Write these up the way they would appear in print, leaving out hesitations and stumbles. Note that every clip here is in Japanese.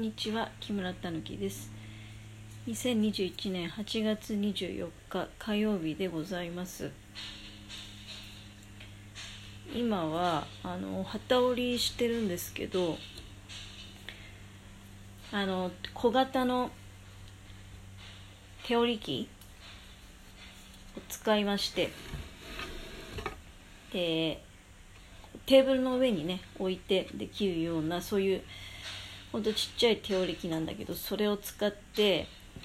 にちは、木村たぬきです。2021年8月24日火曜日でございます。今は旗織りしてるんですけど、小型の手織り機を使いまして、でテーブルの上にね置いてできるような、そういうほんとちっちゃい手織り機なんだけど、それを使って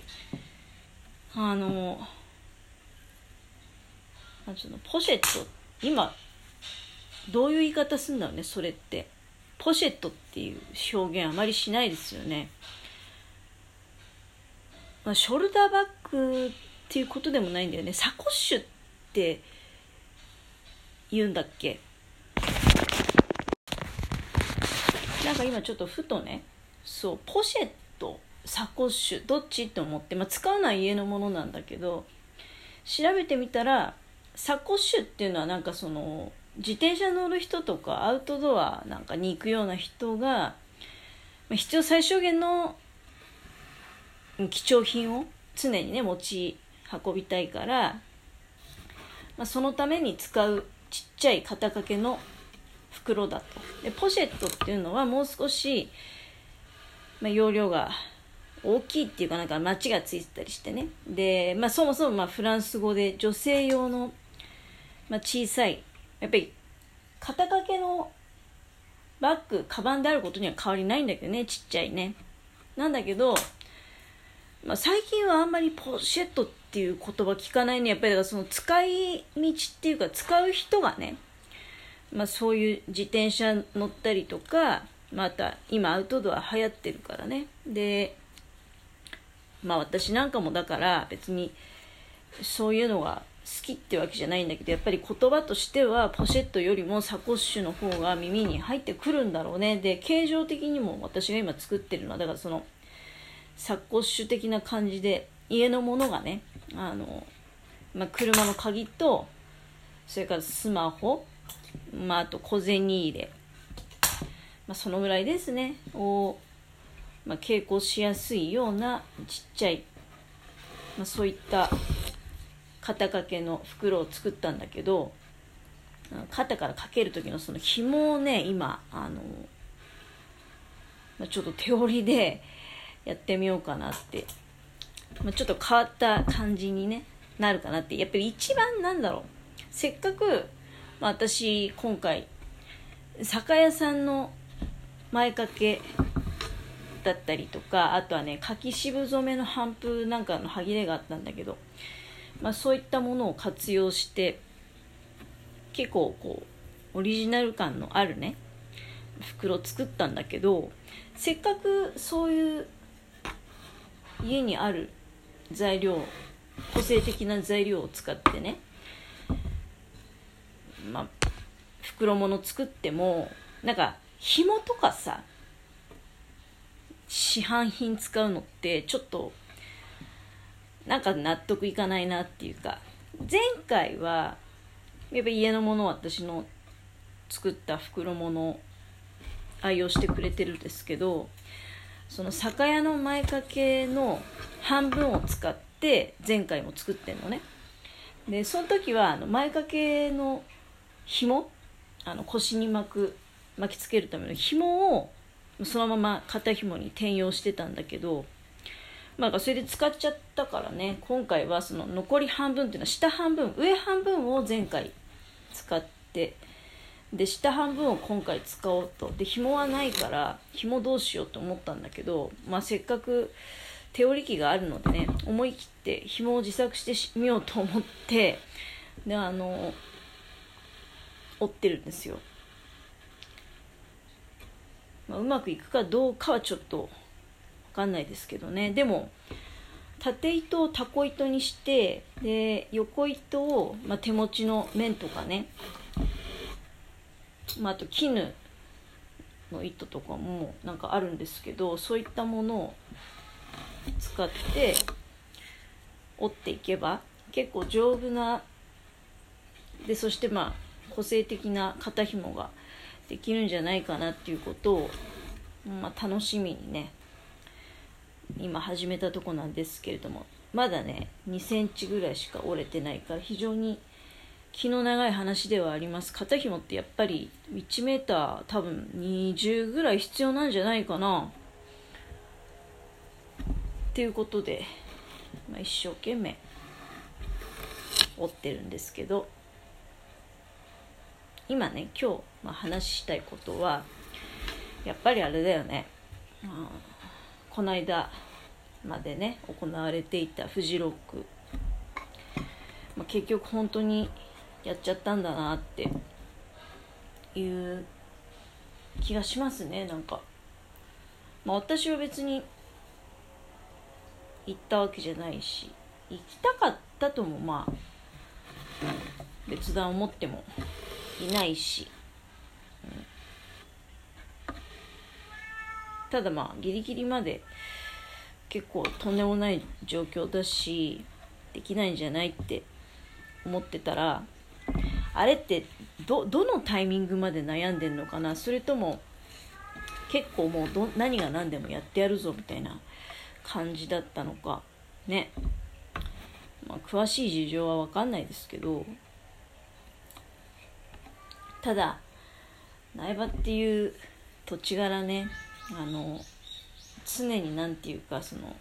ポシェット、今どういう言い方するんだろうね。それってポシェットっていう表現あまりしないですよね。ショルダーバッグっていうことでもないんだよね。サコッシュって言うんだっけ。なんか今ちょっとふとね、そうポシェットサコッシュどっちって思って、使うのは家のものなんだけど、調べてみたらサコッシュっていうのはなんかその自転車乗る人とかアウトドアなんかに行くような人が必要最小限の貴重品を常にね持ち運びたいから、そのために使うちっちゃい肩掛けの袋だと。でポシェットっていうのはもう少し、容量が大きいっていうか、なんかマチがついてたりしてね。で、そもそもフランス語で女性用の、小さい、やっぱり肩掛けのバッグカバンであることには変わりないんだけどね、ちっちゃいね。なんだけど、最近はあんまりポシェットっていう言葉聞かないね。やっぱりだからその使い道っていうか、使う人がね、そういう自転車乗ったりとか、また今アウトドア流行ってるからね。で私なんかもだから別にそういうのが好きってわけじゃないんだけど、やっぱり言葉としてはポシェットよりもサコッシュの方が耳に入ってくるんだろうね。で形状的にも私が今作ってるのはだからそのサコッシュ的な感じで、家のものがね車の鍵と、それからスマホ、あと小銭入れ、そのぐらいですねを、携行しやすいようなちっちゃい、そういった肩掛けの袋を作ったんだけど、肩からかける時のその紐をね、今ちょっと手織りでやってみようかなって、ちょっと変わった感じに、ね、なるかなって。やっぱり一番せっかく、私今回酒屋さんの前掛けだったりとか、あとはね柿渋染めの帆布なんかの歯切れがあったんだけど、そういったものを活用して結構オリジナル感のあるね袋作ったんだけど、せっかくそういう家にある材料、個性的な材料を使ってね、袋物作ってもなんか紐とかさ、市販品使うのってちょっとなんか納得いかないなっていうか、前回はやっぱ家のものを私の作った袋物を愛用してくれてるんですけど、その酒屋の前掛けの半分を使って前回も作ってんのね。でその時は前掛けの紐、腰に巻きつけるための紐をそのまま肩紐に転用してたんだけど、それで使っちゃったからね、今回はその残り半分っていうのは下半分上半分を前回使って、で下半分を今回使おうと。で紐はないから紐どうしようと思ったんだけど、せっかく手織り機があるのでね、思い切って紐を自作してみようと思って、で織ってるんですよ。うまくいくかどうかはちょっと分かんないですけどね。でも縦糸をタコ糸にして、で横糸を、手持ちの面とかね、あと絹の糸とかもなんかあるんですけど、そういったものを使って織っていけば結構丈夫なで、そして個性的な肩紐ができるんじゃないかなっていうことを、楽しみにね今始めたとこなんですけれども、まだね2センチぐらいしか折れてないから非常に気の長い話ではあります。肩紐ってやっぱり1メーター多分20ぐらい必要なんじゃないかなっていうことで、一生懸命折ってるんですけど、今ね今日、話したいことはやっぱりあれだよね、この間までね行われていたフジロック、結局本当にやっちゃったんだなっていう気がしますね。なんか、私は別に行ったわけじゃないし、行きたかったとも別段思ってもいないし、ただギリギリまで結構とんでもない状況だしできないんじゃないって思ってたら、あれってどのタイミングまで悩んでんのかな、それとも結構もう何が何でもやってやるぞみたいな感じだったのかね。詳しい事情は分かんないですけど、ただ苗場っていう土地柄ね、常になんていうかその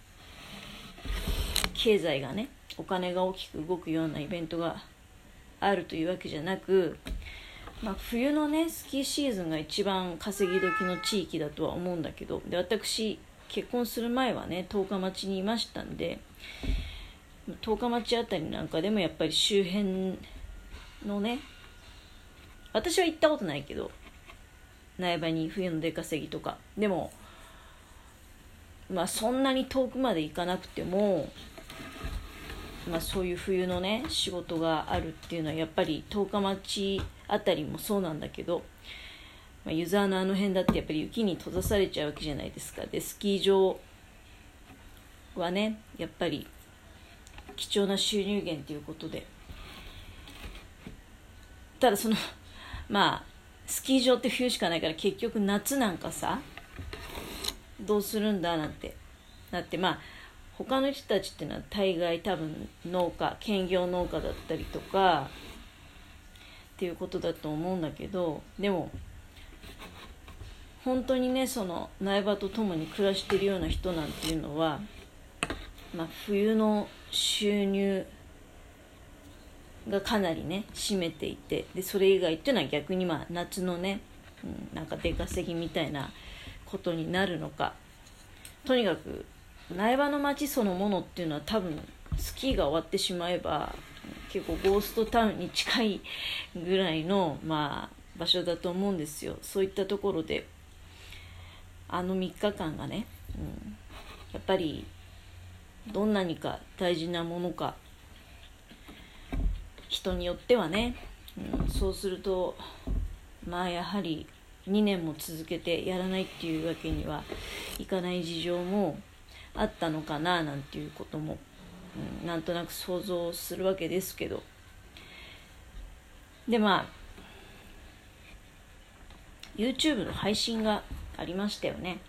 経済がね、お金が大きく動くようなイベントがあるというわけじゃなく、冬のねスキーシーズンが一番稼ぎ時の地域だとは思うんだけど、で私結婚する前はね十日町にいましたんで、十日町あたりなんかでもやっぱり周辺のね、私は行ったことないけど苗場に冬の出稼ぎとかでもそんなに遠くまで行かなくてもそういう冬のね仕事があるっていうのはやっぱり十日町あたりもそうなんだけど、湯沢のあの辺だってやっぱり雪に閉ざされちゃうわけじゃないですか。でスキー場はねやっぱり貴重な収入源ということで、ただそのスキー場って冬しかないから結局夏なんかさどうするんだなんて、だって他の人たちっていうのは大概多分兼業農家だったりとかっていうことだと思うんだけど、でも本当にねその苗場と共に暮らしているような人なんていうのは、冬の収入がかなりね占めていて、でそれ以外っていうのは逆に夏のね、なんか出稼ぎみたいなことになるのか、とにかく苗場の街そのものっていうのは多分スキーが終わってしまえば結構ゴーストタウンに近いぐらいの場所だと思うんですよ。そういったところで3日間がね、やっぱりどんなにか大事なものか、人によってはね、そうするとやはり2年も続けてやらないっていうわけにはいかない事情もあったのかななんていうことも、なんとなく想像するわけですけど、でYouTube の配信がありましたよね。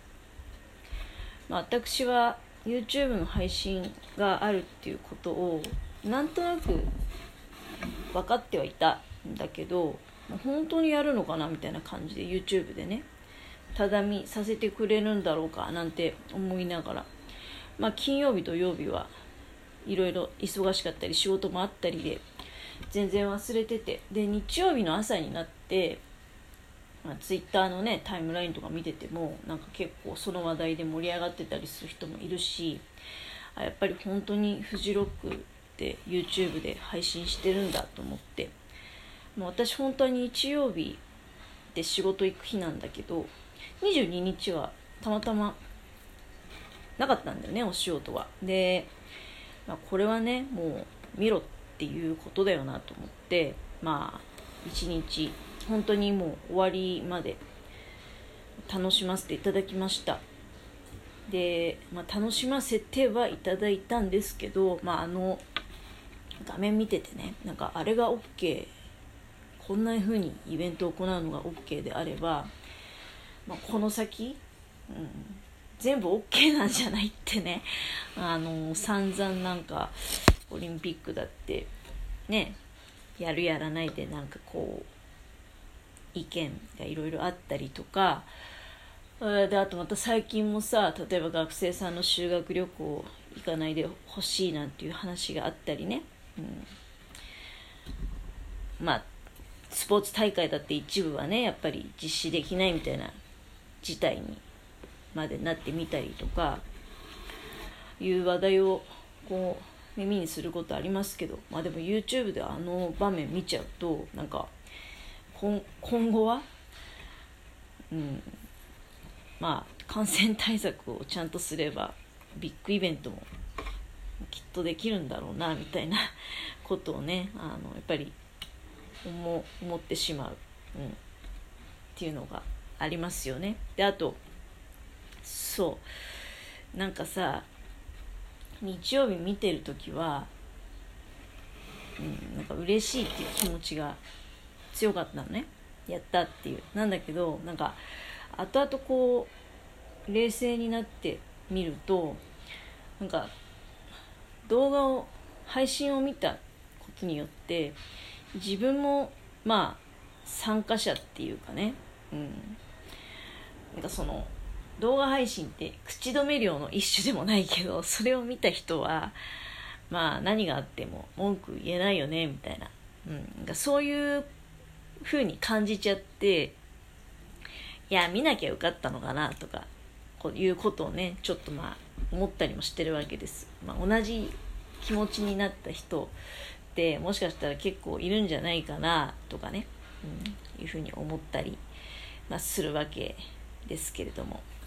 私は YouTube の配信があるっていうことをなんとなく分かってはいたんだけど、本当にやるのかなみたいな感じで YouTube でねただ見させてくれるんだろうかなんて思いながら、金曜日土曜日はいろいろ忙しかったり仕事もあったりで全然忘れてて、で日曜日の朝になってTwitter のねタイムラインとか見ててもなんか結構その話題で盛り上がってたりする人もいるし、やっぱり本当にフジロックって YouTube で配信してるんだと思って、私本当は日曜日で仕事行く日なんだけど22日はたまたまなかったんだよね、お仕事は。で、これはねもう見ろっていうことだよなと思って、一日本当にもう終わりまで楽しませていただきました。で、楽しませてはいただいたんですけど、画面見ててね、なんかあれが OK、 こんな風にイベントを行うのが OK であれば、この先、 全部 OK なんじゃないってね、散々なんかオリンピックだってね、やるやらないでなんかこう意見がいろいろあったりとか、であとまた最近もさ、例えば学生さんの修学旅行行かないでほしいなんていう話があったりね、まあスポーツ大会だって一部はねやっぱり実施できないみたいな事態にまでなってみたりとかいう話題をこう耳にすることありますけど、まあでも YouTube であの場面見ちゃうとなんか今後はまあ感染対策をちゃんとすればビッグイベントもきっとできるんだろうなみたいなことをね、やっぱり思ってしまう、っていうのがありますよね。であとそうなんかさ、日曜日見てるときは、なんか嬉しいっていう気持ちが強かったのね、やったっていう。なんだけどなんか後々こう冷静になってみると、なんか動画を配信を見たことによって自分もまあ参加者っていうかね、なんかその動画配信って口止め料の一種でもないけど、それを見た人はまあ何があっても文句言えないよねみたいな、なんかそういう風に感じちゃって、いや見なきゃよかったのかなとかこういうことをねちょっとまあ思ったりもしてるわけです。同じ気持ちになった人ってもしかしたら結構いるんじゃないかなとかね、いうふうに思ったり、するわけですけれども、